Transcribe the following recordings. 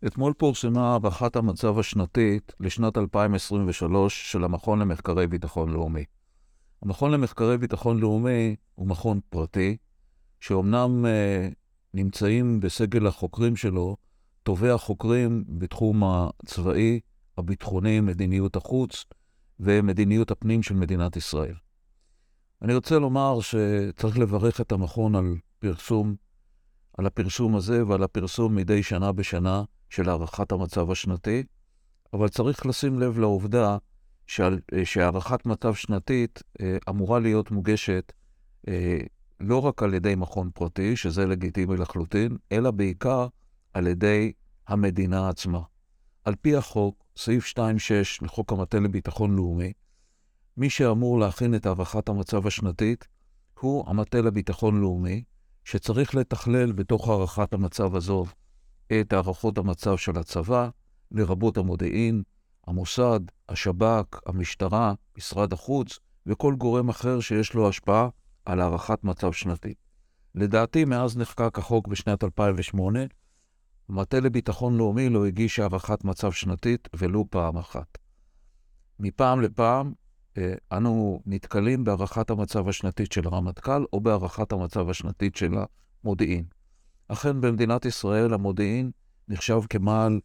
אתמול פורסמה הערכת המצב השנתית לשנת 2023 של המכון למחקרי ביטחון לאומי. המכון למחקרי ביטחון לאומי הוא מכון פרטי, שאומנם נמצאים בסגל החוקרים שלו טובי החוקרים בתחום הצבאי, הביטחוני, מדיניות החוץ ומדיניות הפנים של מדינת ישראל. אני רוצה לומר שצריך לברך את המכון על הפרסום הזה ועל הפרסום מדי שנה בשנה של הערכת המצב השנתי, אבל צריך לשים לב לעובדה שהערכת מצב שנתית אמורה להיות מוגשת לא רק על ידי מכון פרטי, שזה לגיטימי לחלוטין, אלא בעיקר על ידי המדינה עצמה. על פי החוק, סעיף 2.6 לחוק המטה לביטחון לאומי, מי שאמור להכין את הערכת המצב השנתית הוא המטה לביטחון לאומי, שצריך לתכלל בתוך הערכת המצב הזו את הערכות המצב של הצבא, לרבות המודיעין, המוסד, השב"כ, המשטרה, משרד החוץ וכל גורם אחר שיש לו השפעה על הערכת מצב שנתית. לדעתי, מאז נחקק החוק בשנת 2008, המטה לביטחון לאומי לא הגיש הערכת מצב שנתית ולו פעם אחת. מפעם לפעם אנו נתקלים בהערכת המצב השנתית של הרמטכ"ל או בהערכת המצב השנתית של המודיעין. אכן במדינת ישראל המודיעין נחשב כמעל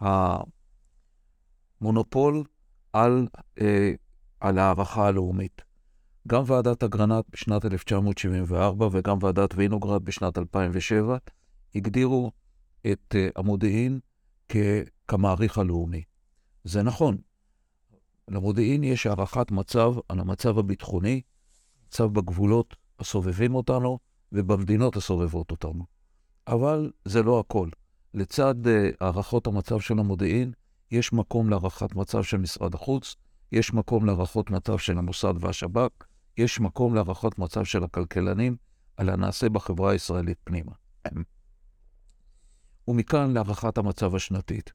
המונופול על הערכה הלאומית. גם ועדת אגרנט בשנת 1974 וגם ועדת וינוגרד בשנת 2007 הגדירו את המודיעין כמעריך הלאומי. זה נכון. למודיעין יש הערכת מצב על המצב הביטחוני, מצב בגבולות הסובבים אותנו ובמדינות הסובבות אותנו. אבל זה לא הכל. לצד הערכות המצב של המודיעין, יש מקום להערכת מצב של משרד החוץ, יש מקום להערכות מצב של המוסד והשב"כ, יש מקום להערכות מצב של הכלכלנים על הנעשה בחברה הישראלית פנימה. ומכאן להערכת המצב השנתית.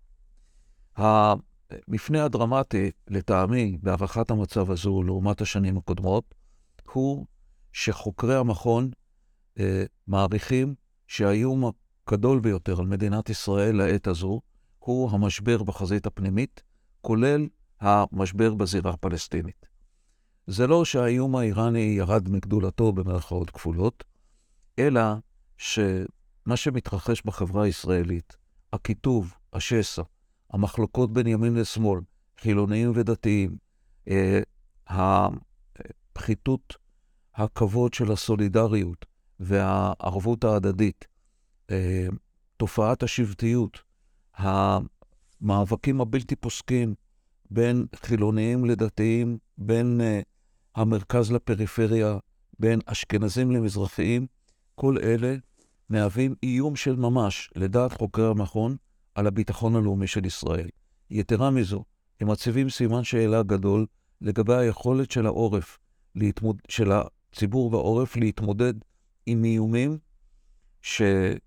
המפנה הדרמטי לטעמי בהערכת המצב הזו לעומת השנים הקודמות, הוא שחוקרי המכון מעריכים שהאיום הגדול ביותר על מדינת ישראל לעת הזו, הוא המשבר בחזית הפנימית, כולל המשבר בזירה הפלסטינית. זה לא שהאיום האיראני ירד מגדולתו במרכאות כפולות, אלא שמה שמתרחש בחברה הישראלית, הקיטוב, השסע, המחלוקות בין ימין לשמאל, חילוניים ודתיים, הפחיתות הכבוד של הסולידריות והערבות ההדדית, תופעת השבטיות, המאבקים הבלתי פוסקים בין חילוניים לדתיים, בין המרכז לפריפריה, בין אשכנזים למזרחיים, כל אלה מהווים איום של ממש לדעת חוקרי המכון על הביטחון הלאומי של ישראל. יתרה מזו, הם מציבים סימן שאלה גדול לגבי היכולת של העורף, של הציבור והעורף להתמודד עם איומים של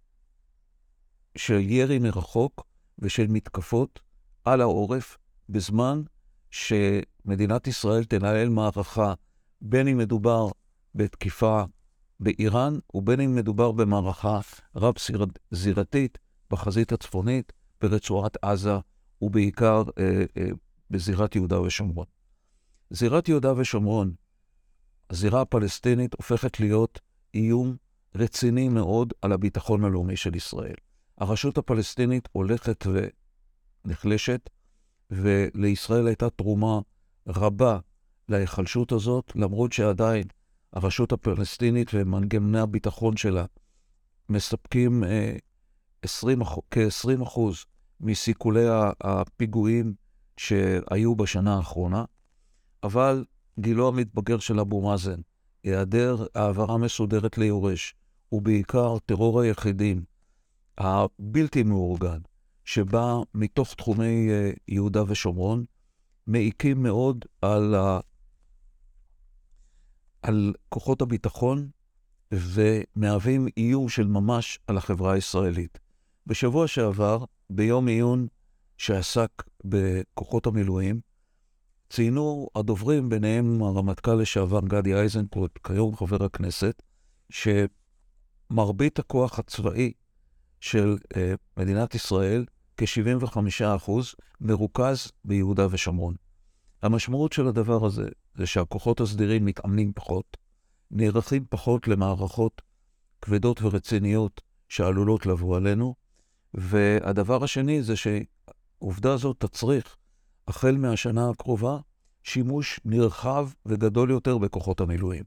ירי מרחוק ושל מתקפות על העורף בזמן שמדינת ישראל תנהל מערכה, בין אם מדובר בתקיפה באיראן ובין אם מדובר במערכה רב-זירתית בחזית הצפונית, ברצועת עזה ובעיקר בזירת יהודה ושומרון. זירת יהודה ושומרון, הזירה הפלסטינית, הופכת להיות איום רציני מאוד על הביטחון הלאומי של ישראל. הרשות הפלסטינית הולכת ונחלשת, ולישראל הייתה תרומה רבה להיחלשות הזאת, למרות שעדיין הרשות ומנגנוני הביטחון שלה מספקים כ-20% מסיכולי הפיגועים שהיו בשנה האחרונה, אבל גילו המתבגר של אבו מאזן, היעדר העברה מסודרת ליורש, ובעיקר טרור היחידים, הבלתי מאורגן, שבא מתוך תחומי יהודה ושומרון, מעיקים מאוד על כוחות הביטחון, ומהווים איום של ממש על החברה הישראלית. בשבוע שעבר, ביום עיון שעסק בכוחות המילואים, ציינו הדוברים, ביניהם הרמטכ"ל לשעבר גדי איזנקוט, כיום חבר הכנסת, שמרבית הכוח הצבאי של מדינת ישראל, כ-75%, מרוכז ביהודה ושומרון. המשמעות של הדבר הזה זה שהכוחות הסדירים מתאמנים פחות, נערכים פחות למערכות כבדות ורציניות שעלולות לבוא עלינו, והדבר השני זה שעובדה הזאת תצריך, החל מהשנה הקרובה, שימוש נרחב וגדול יותר בכוחות המילואים.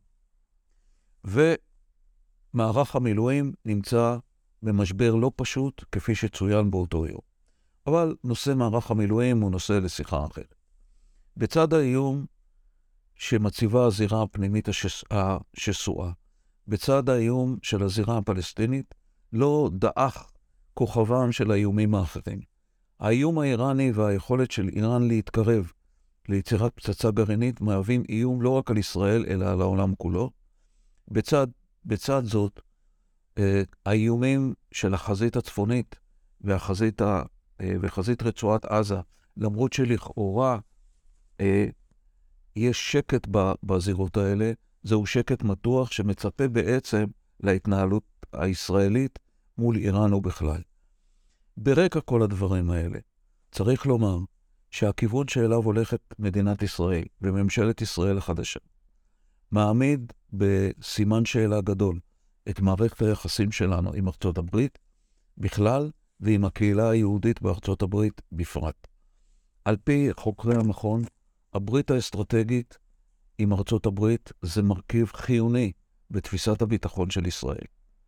ומערך המילואים נמצא במשבר לא פשוט, כפי שצוין באותו יום. אבל נושא מערך המילואים הוא נושא לשיחה אחרת. בצד האיום שמציבה הזירה הפנימית השסועה, בצד האיום של הזירה הפלסטינית, לא דאח כוכבם של האיומים האחרים. האיום האיראני והיכולת של איראן להתקרב ליצירת פצצה גרעינית מהווים איום לא רק על ישראל, אלא על העולם כולו. בצד זאת, האיומים של החזית הצפונית וחזית רצועת עזה, למרות שלכאורה יש שקט בזירות האלה, זהו שקט מתוח שמצפה בעצם להתנהלות הישראלית מול איראן ובכלל. ברקע כל הדברים האלה, צריך לומר שהכיוון שאליו הולכת מדינת ישראל וממשלת ישראל החדשה, מעמיד בסימן שאלה גדול את מערכת היחסים שלנו עם ארצות הברית בכלל ועם הקהילה היהודית בארצות הברית בפרט. על פי חוקרי המכון, הברית האסטרטגית עם ארצות הברית זה מרכיב חיוני בתפיסת הביטחון של ישראל.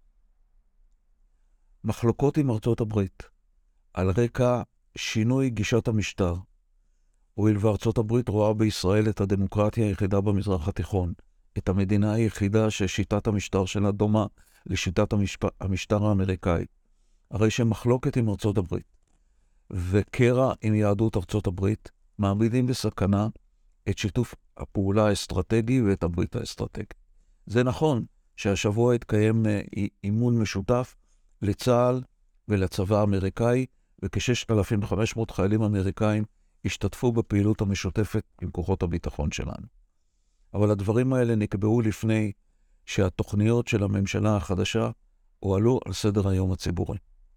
מחלוקות עם ארצות הברית על רקע שינוי גישת המשטר, הואיל וארצות הברית רואה בישראל את הדמוקרטיה היחידה במזרח התיכון, את המדינה היחידה ששיטת המשטר שלה דומה לשיטת המשטר האמריקאי, הרי שמחלוקת עם ארצות הברית וקרע עם יהדות ארצות הברית מעמידים בסכנה את שיתוף הפעולה האסטרטגי ואת הברית האסטרטגית. זה נכון שהשבוע התקיים אימון משותף לצה"ל ולצבא האמריקאי, וכ-6,500 חיילים אמריקאים השתתפו בפעילות המשותפת עם כוחות הביטחון שלנו. אבל הדברים האלה נקבעו לפני שהתוכניות של הממשלה החדשה הועלו על סדר היום הציבורי.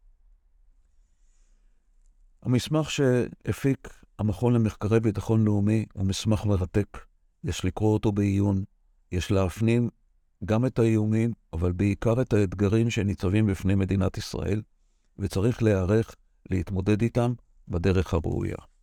המסמך שהפיק המכון למחקרי ביטחון לאומי הוא מסמך מרתק, יש לקרוא אותו בעיון, יש להפנים גם את האיומים, אבל בעיקר את האתגרים שניצבים בפני מדינת ישראל, וצריך להיערך להתמודד איתם בדרך הראויה.